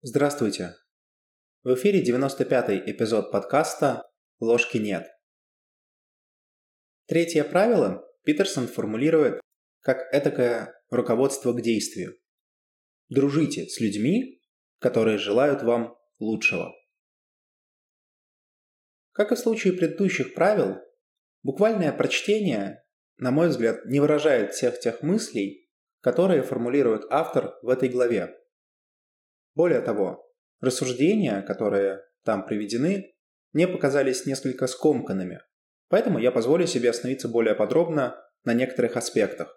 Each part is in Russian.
Здравствуйте! В эфире 95-й эпизод подкаста «Ложки нет». Третье правило Питерсон формулирует как этакое руководство к действию. Дружите с людьми, которые желают вам лучшего. Как и в случае предыдущих правил, буквальное прочтение, на мой взгляд, не выражает всех тех мыслей, которые формулирует автор в этой главе. Более того, рассуждения, которые там приведены, мне показались несколько скомканными, поэтому я позволю себе остановиться более подробно на некоторых аспектах.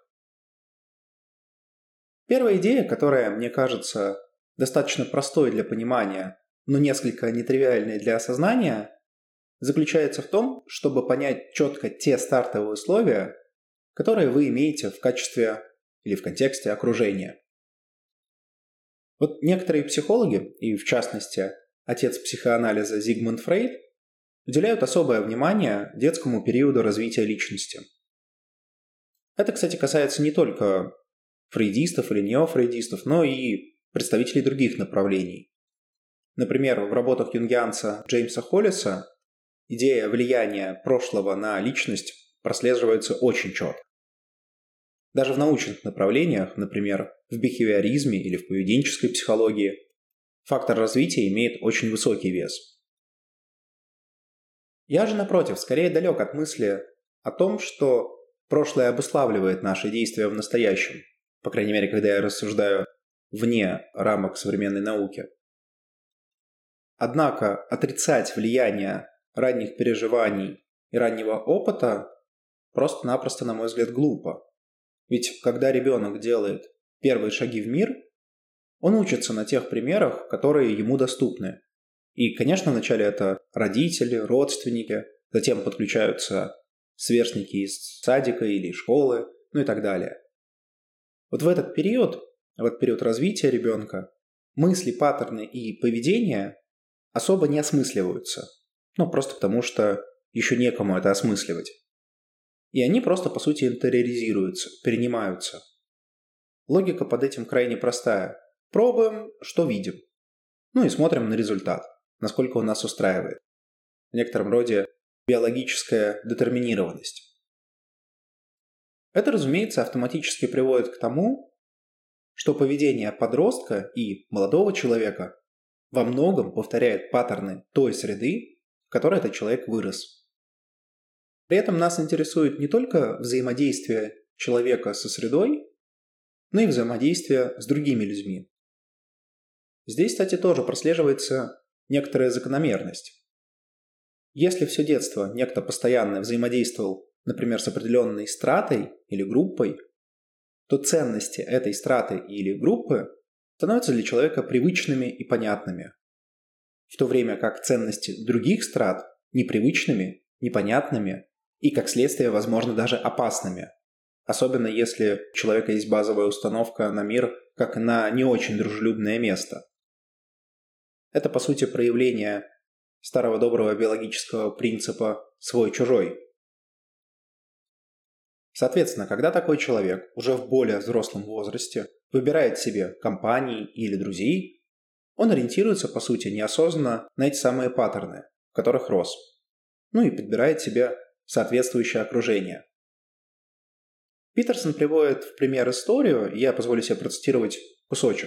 Первая идея, которая, мне кажется, достаточно простой для понимания, но несколько нетривиальной для осознания, заключается в том, чтобы понять четко те стартовые условия, которые вы имеете в качестве или в контексте окружения. Вот некоторые психологи, и в частности отец психоанализа Зигмунд Фрейд, уделяют особое внимание детскому периоду развития личности. Это, кстати, касается не только фрейдистов или неофрейдистов, но и представителей других направлений. Например, в работах юнгианца Джеймса Холлиса идея влияния прошлого на личность прослеживается очень четко. Даже в научных направлениях, например, в бихевиоризме или в поведенческой психологии, фактор развития имеет очень высокий вес. Я же, напротив, скорее далек от мысли о том, что прошлое обуславливает наши действия в настоящем, по крайней мере, когда я рассуждаю вне рамок современной науки. Однако отрицать влияние ранних переживаний и раннего опыта просто-напросто, на мой взгляд, глупо. Ведь когда ребенок делает первые шаги в мир, он учится на тех примерах, которые ему доступны. И, конечно, вначале это родители, родственники, затем подключаются сверстники из садика или школы, ну и так далее. Вот в этот период развития ребенка, мысли, паттерны и поведение особо не осмысливаются. Просто потому, что еще некому это осмысливать. И они просто, по сути, интериоризируются, перенимаются. Логика под этим крайне простая. Пробуем, что видим. И смотрим на результат, насколько он нас устраивает. В некотором роде биологическая детерминированность. Это, разумеется, автоматически приводит к тому, что поведение подростка и молодого человека во многом повторяет паттерны той среды, в которой этот человек вырос. При этом нас интересует не только взаимодействие человека со средой, но и взаимодействие с другими людьми. Здесь, кстати, тоже прослеживается некоторая закономерность. Если все детство некто постоянно взаимодействовал, например, с определенной стратой или группой, то ценности этой страты или группы становятся для человека привычными и понятными, в то время как ценности других страт непривычными, непонятными и, как следствие, возможно, даже опасными. Особенно если у человека есть базовая установка на мир как на не очень дружелюбное место. Это, по сути, проявление старого доброго биологического принципа «свой-чужой». Соответственно, когда такой человек уже в более взрослом возрасте выбирает себе компании или друзей, он ориентируется, по сути, неосознанно на эти самые паттерны, в которых рос, и подбирает себе соответствующее окружение. Питерсон приводит в пример историю, и я позволю себе процитировать кусочек.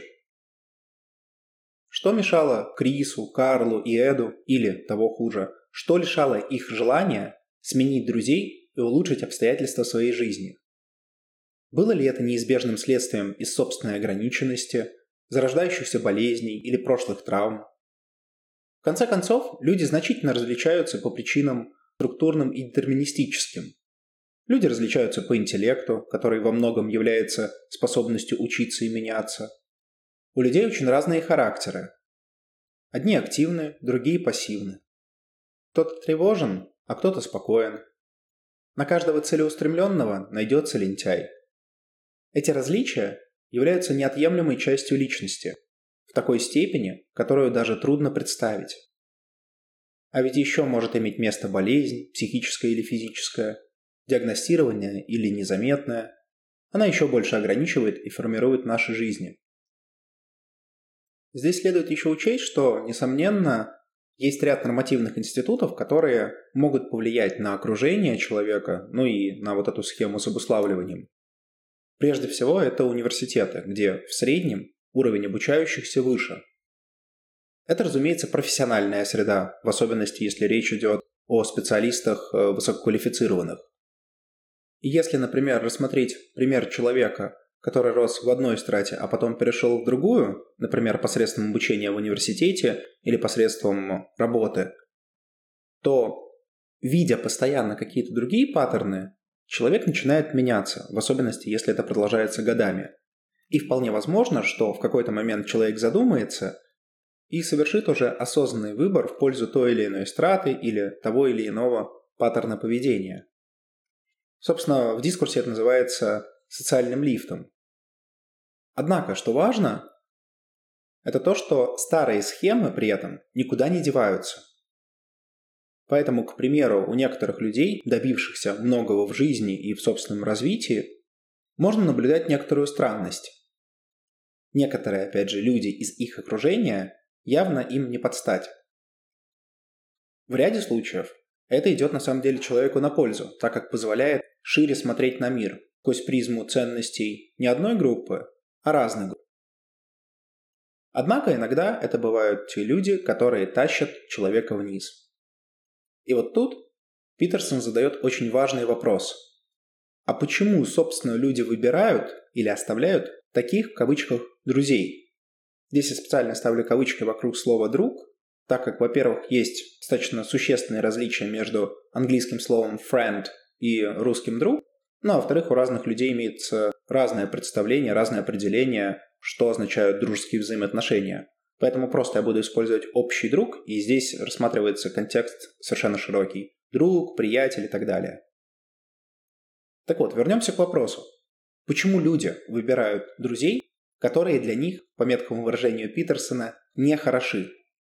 Что мешало Крису, Карлу и Эду, или, того хуже, что лишало их желания сменить друзей и улучшить обстоятельства своей жизни? Было ли это неизбежным следствием из собственной ограниченности, зарождающихся болезней или прошлых травм? В конце концов, люди значительно различаются по причинам структурным и детерминистическим. Люди различаются по интеллекту, который во многом является способностью учиться и меняться. У людей очень разные характеры. Одни активны, другие пассивны. Кто-то тревожен, а кто-то спокоен. На каждого целеустремленного найдется лентяй. Эти различия являются неотъемлемой частью личности, в такой степени, которую даже трудно представить. А ведь еще может иметь место болезнь, психическая или физическая, диагностированная или незаметная. Она еще больше ограничивает и формирует наши жизни. Здесь следует еще учесть, что, несомненно, есть ряд нормативных институтов, которые могут повлиять на окружение человека, ну и на вот эту схему с обуславливанием. Прежде всего, это университеты, где в среднем уровень обучающихся выше. Это, разумеется, профессиональная среда, в особенности, если речь идет о специалистах высококвалифицированных. И если, например, рассмотреть пример человека, который рос в одной страте, а потом перешел в другую, например, посредством обучения в университете или посредством работы, то, видя постоянно какие-то другие паттерны, человек начинает меняться, в особенности, если это продолжается годами. И вполне возможно, что в какой-то момент человек задумается и совершит уже осознанный выбор в пользу той или иной страты или того или иного паттерна поведения. Собственно, в дискурсе это называется социальным лифтом. Однако, что важно, это то, что старые схемы при этом никуда не деваются. Поэтому, к примеру, у некоторых людей, добившихся многого в жизни и в собственном развитии, можно наблюдать некоторую странность. Некоторые, опять же, люди из их окружения явно им не подстать. В ряде случаев это идет на самом деле человеку на пользу, так как позволяет шире смотреть на мир сквозь призму ценностей не одной группы, а разных групп. Однако иногда это бывают те люди, которые тащат человека вниз. И вот тут Питерсон задает очень важный вопрос. А почему, собственно, люди выбирают или оставляют таких, в кавычках, друзей? Здесь я специально ставлю кавычки вокруг слова «друг», так как, во-первых, есть достаточно существенные различия между английским словом «friend» и русским «друг», ну а во-вторых, у разных людей имеется разное представление, разное определение, что означают дружеские взаимоотношения. Поэтому просто я буду использовать общий друг, и здесь рассматривается контекст совершенно широкий. Друг, приятель и так далее. Так вот, вернемся к вопросу. Почему люди выбирают друзей, которые для них, по меткому выражению Питерсона, не хороши?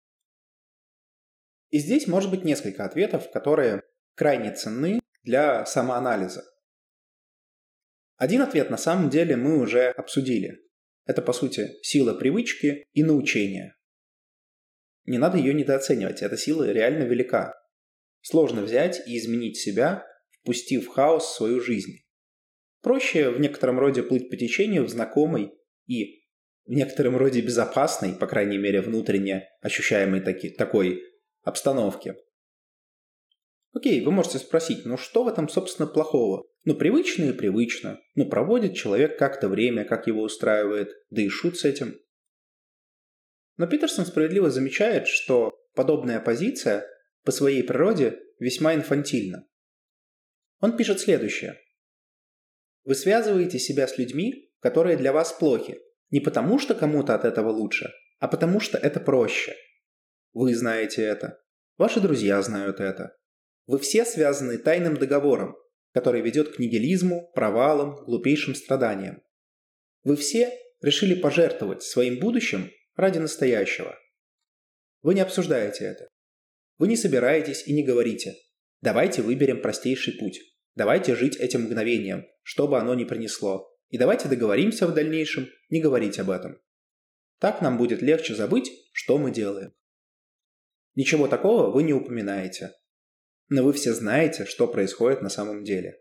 И здесь может быть несколько ответов, которые крайне ценны для самоанализа. Один ответ на самом деле мы уже обсудили. Это, по сути, сила привычки и научения. Не надо ее недооценивать, эта сила реально велика. Сложно взять и изменить себя, впустив в хаос в свою жизнь. Проще в некотором роде плыть по течению в знакомой и в некотором роде безопасной, по крайней мере внутренне ощущаемой такой обстановке. Окей, вы можете спросить, ну что в этом, собственно, плохого? Ну, привычно и привычно. Ну, проводит человек как-то время, как его устраивает, да и шут с этим. Но Питерсон справедливо замечает, что подобная позиция по своей природе весьма инфантильна. Он пишет следующее. Вы связываете себя с людьми, которые для вас плохи, не потому что кому-то от этого лучше, а потому что это проще. Вы знаете это. Ваши друзья знают это. Вы все связаны тайным договором, который ведет к нигилизму, провалам, глупейшим страданиям. Вы все решили пожертвовать своим будущим ради настоящего. Вы не обсуждаете это. Вы не собираетесь и не говорите: давайте выберем простейший путь, давайте жить этим мгновением, что бы оно ни принесло, и давайте договоримся в дальнейшем не говорить об этом. Так нам будет легче забыть, что мы делаем. Ничего такого вы не упоминаете. Но вы все знаете, что происходит на самом деле.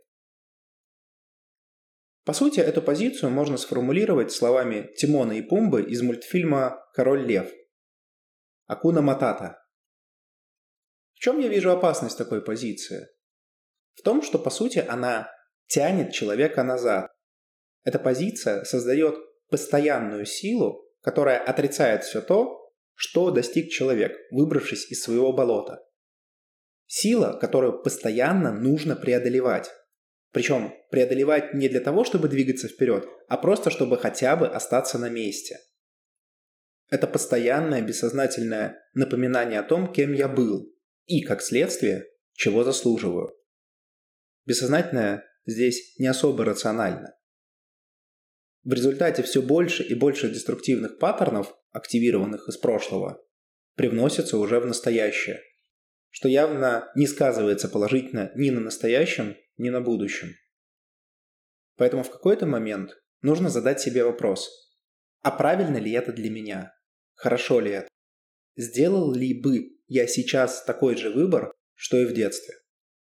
По сути, эту позицию можно сформулировать словами Тимона и Пумбы из мультфильма «Король лев». Акуна Матата. В чем я вижу опасность такой позиции? В том, что, по сути, она тянет человека назад. Эта позиция создает постоянную силу, которая отрицает все то, что достиг человек, выбравшись из своего болота. Сила, которую постоянно нужно преодолевать. Причем преодолевать не для того, чтобы двигаться вперед, а просто чтобы хотя бы остаться на месте. Это постоянное бессознательное напоминание о том, кем я был, и, как следствие, чего заслуживаю. Бессознательное здесь не особо рационально. В результате все больше и больше деструктивных паттернов, активированных из прошлого, привносятся уже в настоящее, что явно не сказывается положительно ни на настоящем, ни на будущем. Поэтому в какой-то момент нужно задать себе вопрос: а правильно ли это для меня? Хорошо ли это? Сделал ли бы я сейчас такой же выбор, что и в детстве?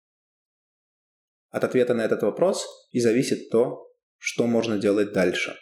От ответа на этот вопрос и зависит то, что можно делать дальше.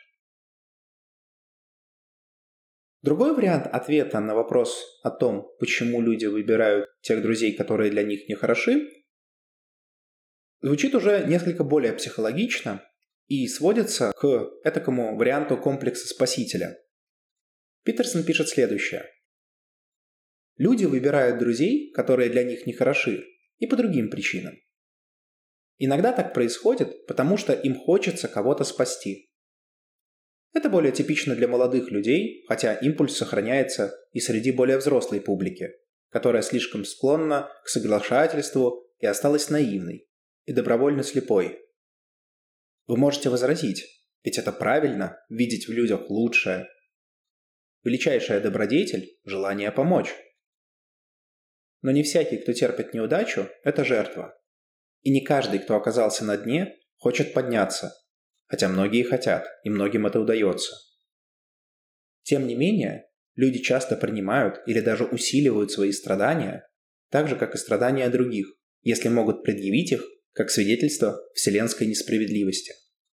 Другой вариант ответа на вопрос о том, почему люди выбирают тех друзей, которые для них не хороши, звучит уже несколько более психологично и сводится к этакому варианту комплекса спасителя. Питерсон пишет следующее. Люди выбирают друзей, которые для них не хороши, и по другим причинам. Иногда так происходит, потому что им хочется кого-то спасти. Это более типично для молодых людей, хотя импульс сохраняется и среди более взрослой публики, которая слишком склонна к соглашательству и осталась наивной и добровольно слепой. Вы можете возразить, ведь это правильно – видеть в людях лучшее. Величайшая добродетель – желание помочь. Но не всякий, кто терпит неудачу – это жертва. И не каждый, кто оказался на дне, хочет подняться, хотя многие хотят, и многим это удается. Тем не менее, люди часто принимают или даже усиливают свои страдания, так же, как и страдания других, если могут предъявить их как свидетельство вселенской несправедливости.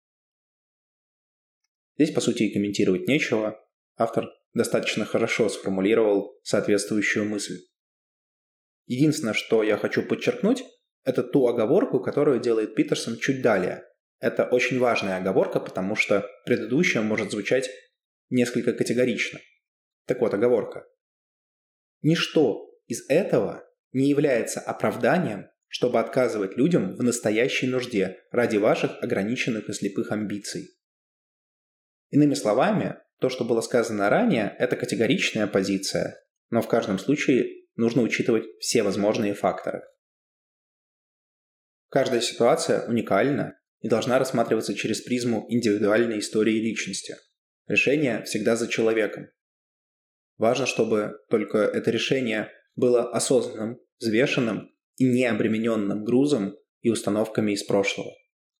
Здесь, по сути, и комментировать нечего. Автор достаточно хорошо сформулировал соответствующую мысль. Единственное, что я хочу подчеркнуть, это ту оговорку, которую делает Питерсон чуть далее. Это очень важная оговорка, потому что предыдущая может звучать несколько категорично. Так вот, оговорка. Ничто из этого не является оправданием, чтобы отказывать людям в настоящей нужде ради ваших ограниченных и слепых амбиций. Иными словами, то, что было сказано ранее, это категоричная позиция, но в каждом случае нужно учитывать все возможные факторы. Каждая ситуация уникальна и должна рассматриваться через призму индивидуальной истории личности. Решение всегда за человеком. Важно, чтобы только это решение было осознанным, взвешенным и не обремененным грузом и установками из прошлого.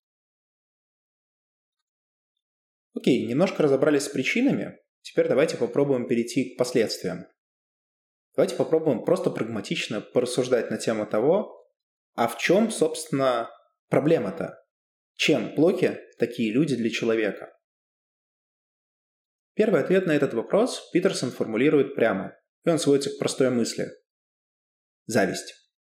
Окей, немножко разобрались с причинами, теперь давайте попробуем перейти к последствиям. Давайте попробуем просто прагматично порассуждать на тему того, а в чем, собственно, проблема-то? Чем плохи такие люди для человека? Первый ответ на этот вопрос Питерсон формулирует прямо, и он сводится к простой мысли. Зависть.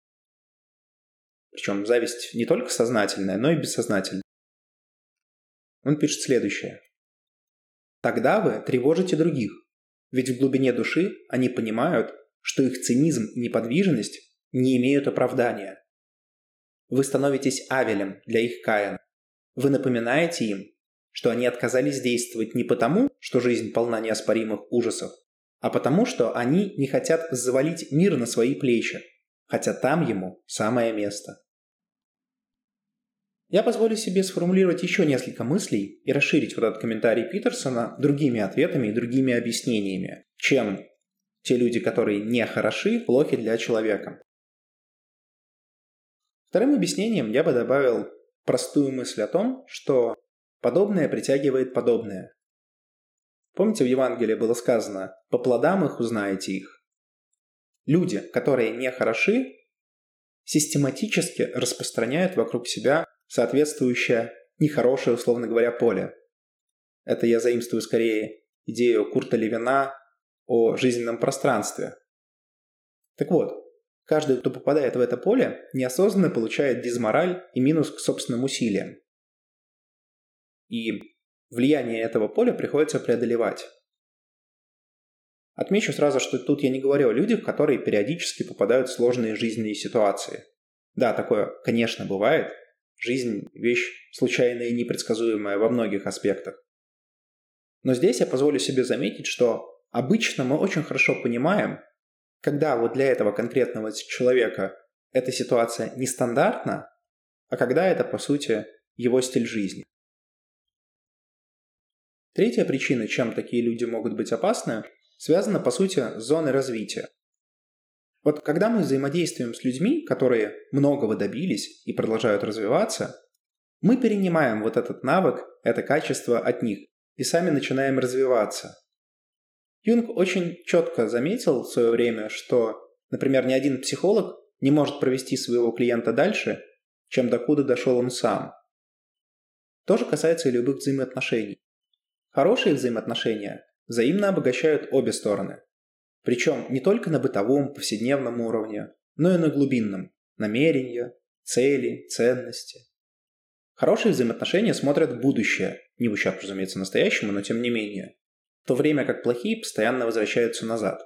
Причем зависть не только сознательная, но и бессознательная. Он пишет следующее. Тогда вы тревожите других, ведь в глубине души они понимают, что их цинизм и неподвижность не имеют оправдания. Вы становитесь Авелем для их Каина. Вы напоминаете им, что они отказались действовать не потому, что жизнь полна неоспоримых ужасов, а потому, что они не хотят завалить мир на свои плечи, хотя там ему самое место. Я позволю себе сформулировать еще несколько мыслей и расширить вот этот комментарий Питерсона другими ответами и другими объяснениями, чем те люди, которые не хороши, плохи для человека. Вторым объяснением я бы добавил простую мысль о том, что подобное притягивает подобное. Помните, в Евангелии было сказано «по плодам их узнаете их». Люди, которые не хороши, систематически распространяют вокруг себя соответствующее нехорошее, условно говоря, поле. Это я заимствую скорее идею Курта Левина о жизненном пространстве. Так вот, каждый, кто попадает в это поле, неосознанно получает дизмораль и минус к собственным усилиям. И влияние этого поля приходится преодолевать. Отмечу сразу, что тут я не говорю о людях, которые периодически попадают в сложные жизненные ситуации. Да, такое, конечно, бывает. Жизнь – вещь случайная и непредсказуемая во многих аспектах. Но здесь я позволю себе заметить, что обычно мы очень хорошо понимаем, когда вот для этого конкретного человека эта ситуация нестандартна, а когда это, по сути, его стиль жизни. Третья причина, чем такие люди могут быть опасны, связана, по сути, с зоной развития. Вот когда мы взаимодействуем с людьми, которые многого добились и продолжают развиваться, мы перенимаем вот этот навык, это качество от них и сами начинаем развиваться. Юнг очень четко заметил в свое время, что, например, ни один психолог не может провести своего клиента дальше, чем докуда дошел он сам. То же касается и любых взаимоотношений. Хорошие взаимоотношения взаимно обогащают обе стороны. Причем не только на бытовом, повседневном уровне, но и на глубинном – намерения, цели, ценности. Хорошие взаимоотношения смотрят в будущее, не в ущерб, разумеется, настоящему, но тем не менее, в то время как плохие постоянно возвращаются назад.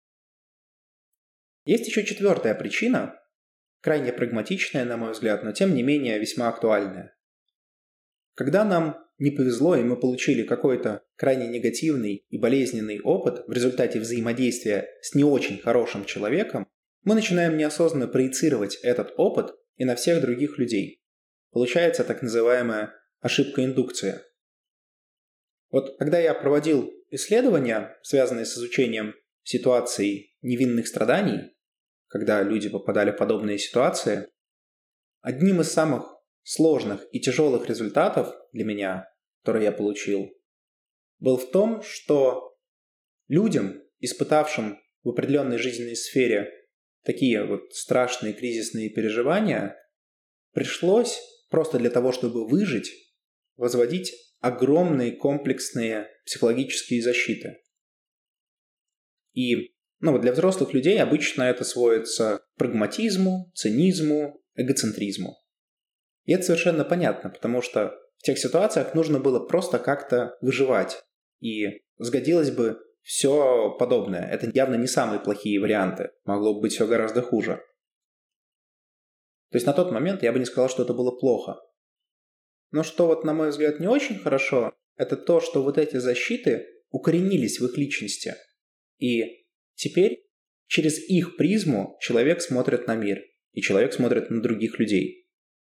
Есть еще четвертая причина, крайне прагматичная, на мой взгляд, но тем не менее весьма актуальная. Когда нам не повезло, и мы получили какой-то крайне негативный и болезненный опыт в результате взаимодействия с не очень хорошим человеком, мы начинаем неосознанно проецировать этот опыт и на всех других людей. Получается так называемая ошибка индукции. Вот когда я проводил исследования, связанные с изучением ситуаций невинных страданий, когда люди попадали в подобные ситуации, одним из самых сложных и тяжелых результатов для меня, который я получил, был в том, что людям, испытавшим в определенной жизненной сфере такие вот страшные кризисные переживания, пришлось просто для того, чтобы выжить, возводить огромные комплексные психологические защиты. И для взрослых людей обычно это сводится к прагматизму, цинизму, эгоцентризму. И это совершенно понятно, потому что в тех ситуациях нужно было просто как-то выживать. И сгодилось бы все подобное. Это явно не самые плохие варианты. Могло бы быть все гораздо хуже. То есть на тот момент я бы не сказал, что это было плохо. Но что вот, на мой взгляд, не очень хорошо, это то, что вот эти защиты укоренились в их личности. И теперь через их призму человек смотрит на мир. И человек смотрит на других людей.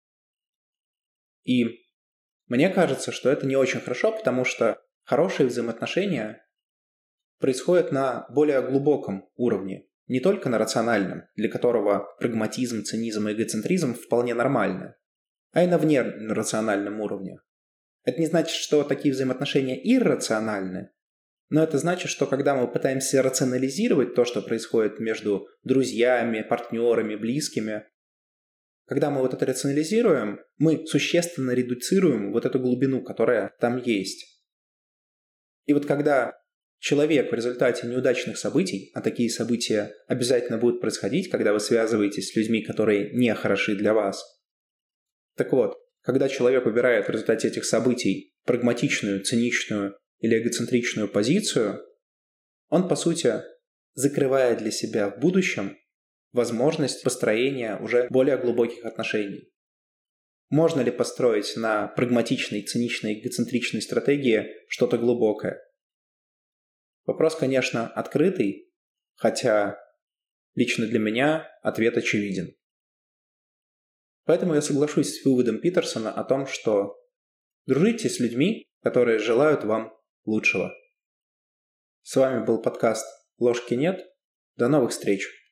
И мне кажется, что это не очень хорошо, потому что хорошие взаимоотношения происходят на более глубоком уровне, не только на рациональном, для которого прагматизм, цинизм и эгоцентризм вполне нормальны, а и на внерациональном уровне. Это не значит, что такие взаимоотношения иррациональны, но это значит, что когда мы пытаемся рационализировать то, что происходит между друзьями, партнерами, близкими, когда мы вот это рационализируем, мы существенно редуцируем вот эту глубину, которая там есть. И вот когда человек в результате неудачных событий, а такие события обязательно будут происходить, когда вы связываетесь с людьми, которые не хороши для вас. Так вот, когда человек выбирает в результате этих событий прагматичную, циничную или эгоцентричную позицию, он, по сути, закрывает для себя в будущем возможность построения уже более глубоких отношений. Можно ли построить на прагматичной, циничной, эгоцентричной стратегии что-то глубокое? Вопрос, конечно, открытый, хотя лично для меня ответ очевиден. Поэтому я соглашусь с выводом Питерсона о том, что дружите с людьми, которые желают вам лучшего. С вами был подкаст «Ложки нет». До новых встреч!